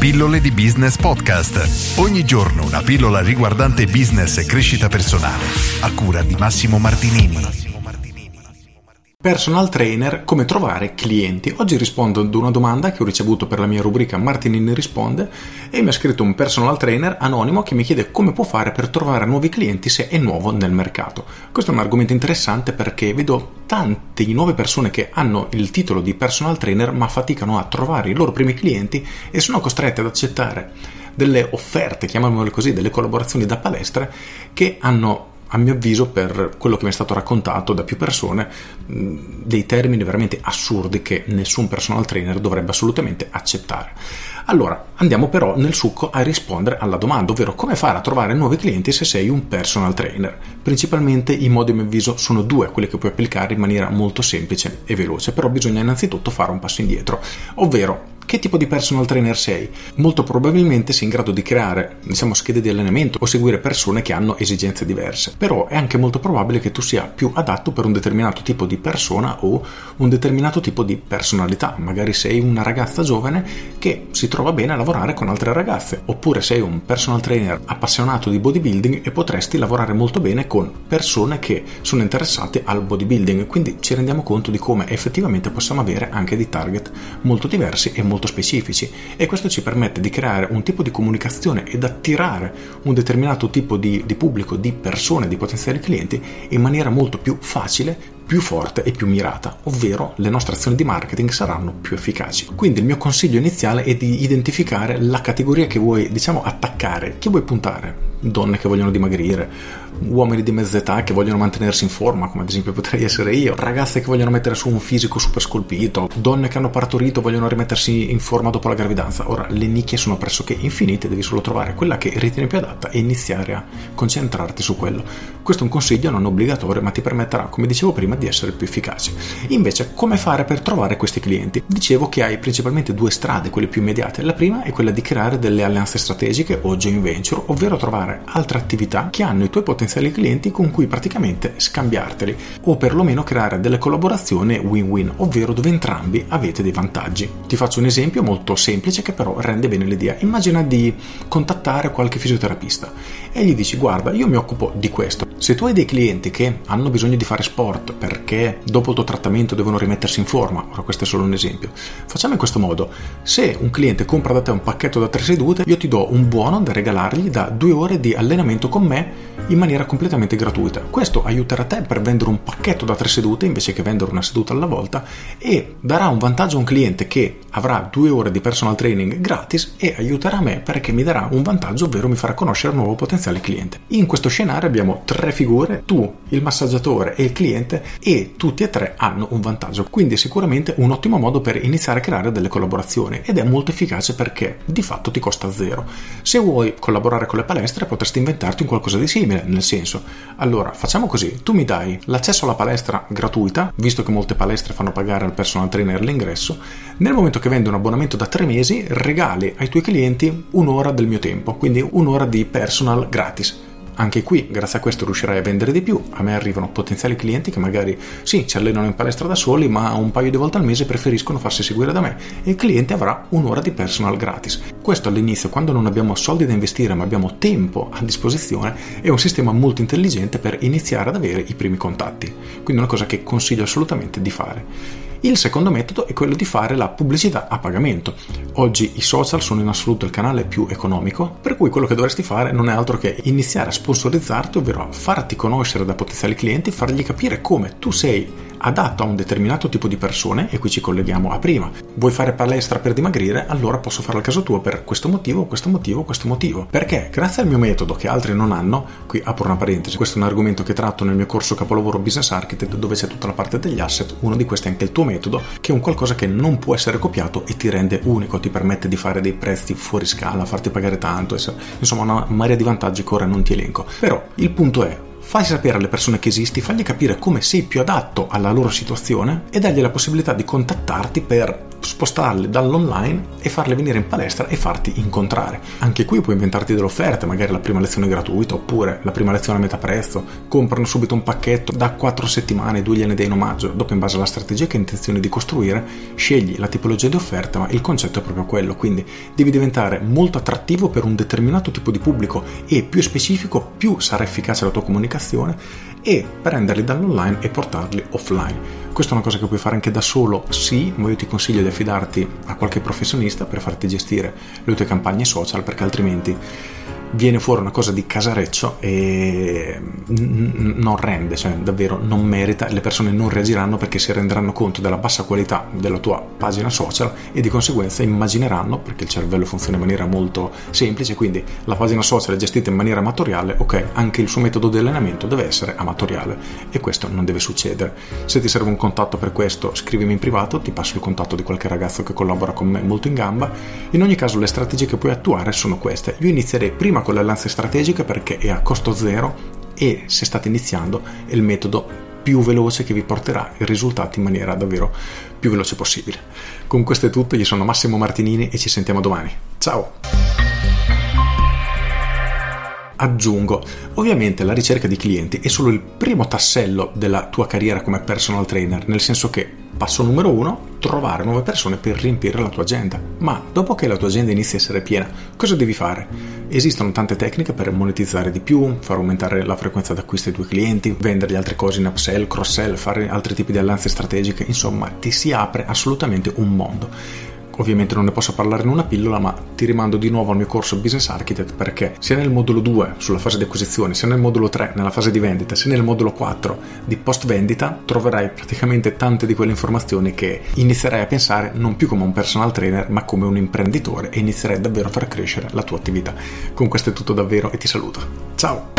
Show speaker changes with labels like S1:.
S1: Pillole di Business Podcast. Ogni giorno una pillola riguardante business e crescita personale. A cura di Massimo Martinini.
S2: Personal trainer, come trovare clienti. Oggi rispondo ad una domanda che ho ricevuto per la mia rubrica Martinini risponde e mi ha scritto un personal trainer anonimo che mi chiede come può fare per trovare nuovi clienti se è nuovo nel mercato. Questo è un argomento interessante perché vedo tante nuove persone che hanno il titolo di personal trainer ma faticano a trovare i loro primi clienti e sono costrette ad accettare delle offerte, chiamiamole così, delle collaborazioni da palestre che hanno, a mio avviso, per quello che mi è stato raccontato da più persone, dei termini veramente assurdi che nessun personal trainer dovrebbe assolutamente accettare. Allora, andiamo però nel succo a rispondere alla domanda, ovvero come fare a trovare nuovi clienti se sei un personal trainer. Principalmente i modi, a mio avviso, sono due, quelli che puoi applicare in maniera molto semplice e veloce, però bisogna innanzitutto fare un passo indietro, ovvero che tipo di personal trainer sei? Molto probabilmente sei in grado di creare, schede di allenamento o seguire persone che hanno esigenze diverse, però è anche molto probabile che tu sia più adatto per un determinato tipo di persona o un determinato tipo di personalità. Magari sei una ragazza giovane che si trova bene a lavorare con altre ragazze, oppure sei un personal trainer appassionato di bodybuilding e potresti lavorare molto bene con persone che sono interessate al bodybuilding, quindi ci rendiamo conto di come effettivamente possiamo avere anche dei target molto diversi e molto specifici, e questo ci permette di creare un tipo di comunicazione ed attirare un determinato tipo di pubblico, di persone, di potenziali clienti in maniera molto più facile, più forte e più mirata, ovvero le nostre azioni di marketing saranno più efficaci. Quindi il mio consiglio iniziale è di identificare la categoria che vuoi, attaccare, chi vuoi puntare. Donne che vogliono dimagrire, uomini di mezza età che vogliono mantenersi in forma, come ad esempio potrei essere io, ragazze che vogliono mettere su un fisico super scolpito, donne che hanno partorito e vogliono rimettersi in forma dopo la gravidanza. Ora, le nicchie sono pressoché infinite, devi solo trovare quella che ritieni più adatta e iniziare a concentrarti su quello. Questo è un consiglio non obbligatorio, ma ti permetterà, come dicevo prima, di essere più efficace. Invece, come fare per trovare questi clienti? Dicevo che hai principalmente due strade, quelle più immediate. La prima è quella di creare delle alleanze strategiche o joint venture, ovvero trovare altre attività che hanno i tuoi potenziali clienti con cui praticamente scambiarteli, o perlomeno creare delle collaborazioni win-win, ovvero dove entrambi avete dei vantaggi. Ti faccio un esempio molto semplice che però rende bene l'idea. Immagina di contattare qualche fisioterapista e gli dici: guarda, io mi occupo di questo. Se tu hai dei clienti che hanno bisogno di fare sport perché dopo il tuo trattamento devono rimettersi in forma, ora questo è solo un esempio, facciamo in questo modo: se un cliente compra da te un pacchetto da 3 sedute, io ti do un buono da regalargli da 2 ore di allenamento con me in maniera completamente gratuita. Questo aiuterà te per vendere un pacchetto da 3 sedute invece che vendere una seduta alla volta, e darà un vantaggio a un cliente che avrà 2 ore di personal training gratis e aiuterà me perché mi darà un vantaggio, ovvero mi farà conoscere un nuovo potenziale cliente. In questo scenario abbiamo 3 figure, tu, il massaggiatore e il cliente, e tutti e 3 hanno un vantaggio, quindi è sicuramente un ottimo modo per iniziare a creare delle collaborazioni ed è molto efficace perché di fatto ti costa zero. Se vuoi collaborare con le palestre potresti inventarti un qualcosa di simile, nel senso: allora facciamo così, tu mi dai l'accesso alla palestra gratuita, visto che molte palestre fanno pagare al personal trainer l'ingresso. Nel momento che vendo un abbonamento da 3 mesi regali ai tuoi clienti 1 ora del mio tempo, quindi 1 ora di personal gratis. Anche qui, grazie a questo, riuscirai a vendere di più. A me arrivano potenziali clienti che magari sì, ci allenano in palestra da soli, ma un paio di volte al mese preferiscono farsi seguire da me e il cliente avrà 1 ora di personal gratis. Questo all'inizio, quando non abbiamo soldi da investire ma abbiamo tempo a disposizione, è un sistema molto intelligente per iniziare ad avere i primi contatti. Quindi è una cosa che consiglio assolutamente di fare. Il secondo metodo è quello di fare la pubblicità a pagamento. Oggi i social sono in assoluto il canale più economico, per cui quello che dovresti fare non è altro che iniziare a sponsorizzarti, ovvero farti conoscere da potenziali clienti, fargli capire come tu sei adatto a un determinato tipo di persone, e qui ci colleghiamo a prima. Vuoi fare palestra per dimagrire? Allora posso fare al caso tuo per questo motivo, questo motivo, questo motivo. Perché grazie al mio metodo, che altri non hanno, qui apro una parentesi, questo è un argomento che tratto nel mio corso capolavoro Business Architect, dove c'è tutta la parte degli asset. Uno di questi è anche il tuo metodo, che è un qualcosa che non può essere copiato e ti rende unico, ti permette di fare dei prezzi fuori scala, farti pagare tanto, insomma una marea di vantaggi che ora non ti elenco. Però il punto è: fai sapere alle persone che esisti, fagli capire come sei più adatto alla loro situazione e dagli la possibilità di contattarti per spostarli dall'online e farli venire in palestra e farti incontrare. Anche qui puoi inventarti delle offerte, magari la prima lezione gratuita oppure la prima lezione a metà prezzo, comprano subito un pacchetto da 4 settimane, 2 gliene dai in omaggio. Dopo, in base alla strategia che hai intenzione di costruire, scegli la tipologia di offerta, ma il concetto è proprio quello, quindi devi diventare molto attrattivo per un determinato tipo di pubblico e più specifico, più sarà efficace la tua comunicazione, e prenderli dall'online e portarli offline. Questa è una cosa che puoi fare anche da solo, sì, ma io ti consiglio di affidarti a qualche professionista per farti gestire le tue campagne social, perché altrimenti viene fuori una cosa di casareccio e non rende, cioè davvero non merita. Le persone non reagiranno perché si renderanno conto della bassa qualità della tua pagina social e di conseguenza immagineranno, perché il cervello funziona in maniera molto semplice, quindi la pagina social è gestita in maniera amatoriale, ok, anche il suo metodo di allenamento deve essere amatoriale e questo non deve succedere. Se ti serve un contatto per questo, scrivimi in privato, ti passo il contatto di qualche ragazzo che collabora con me molto in gamba. In ogni caso le strategie che puoi attuare sono queste. Io inizierei prima con le alleanze strategiche perché è a costo zero e, se state iniziando, è il metodo più veloce che vi porterà i risultati in maniera davvero più veloce possibile. Con questo è tutto, io sono Massimo Martinini e ci sentiamo domani. Ciao! Aggiungo, ovviamente la ricerca di clienti è solo il primo tassello della tua carriera come personal trainer, nel senso che passo numero 1, trovare nuove persone per riempire la tua agenda. Ma dopo che la tua agenda inizia a essere piena, cosa devi fare? Esistono tante tecniche per monetizzare di più, far aumentare la frequenza d'acquisto ai tuoi clienti, vendergli altre cose in upsell, cross-sell, fare altri tipi di alleanze strategiche, insomma ti si apre assolutamente un mondo. Ovviamente non ne posso parlare in una pillola, ma ti rimando di nuovo al mio corso Business Architect, perché sia nel modulo 2 sulla fase di acquisizione, sia nel modulo 3 nella fase di vendita, sia nel modulo 4 di post vendita troverai praticamente tante di quelle informazioni che inizierai a pensare non più come un personal trainer ma come un imprenditore e inizierai davvero a far crescere la tua attività. Con questo è tutto davvero e ti saluto. Ciao!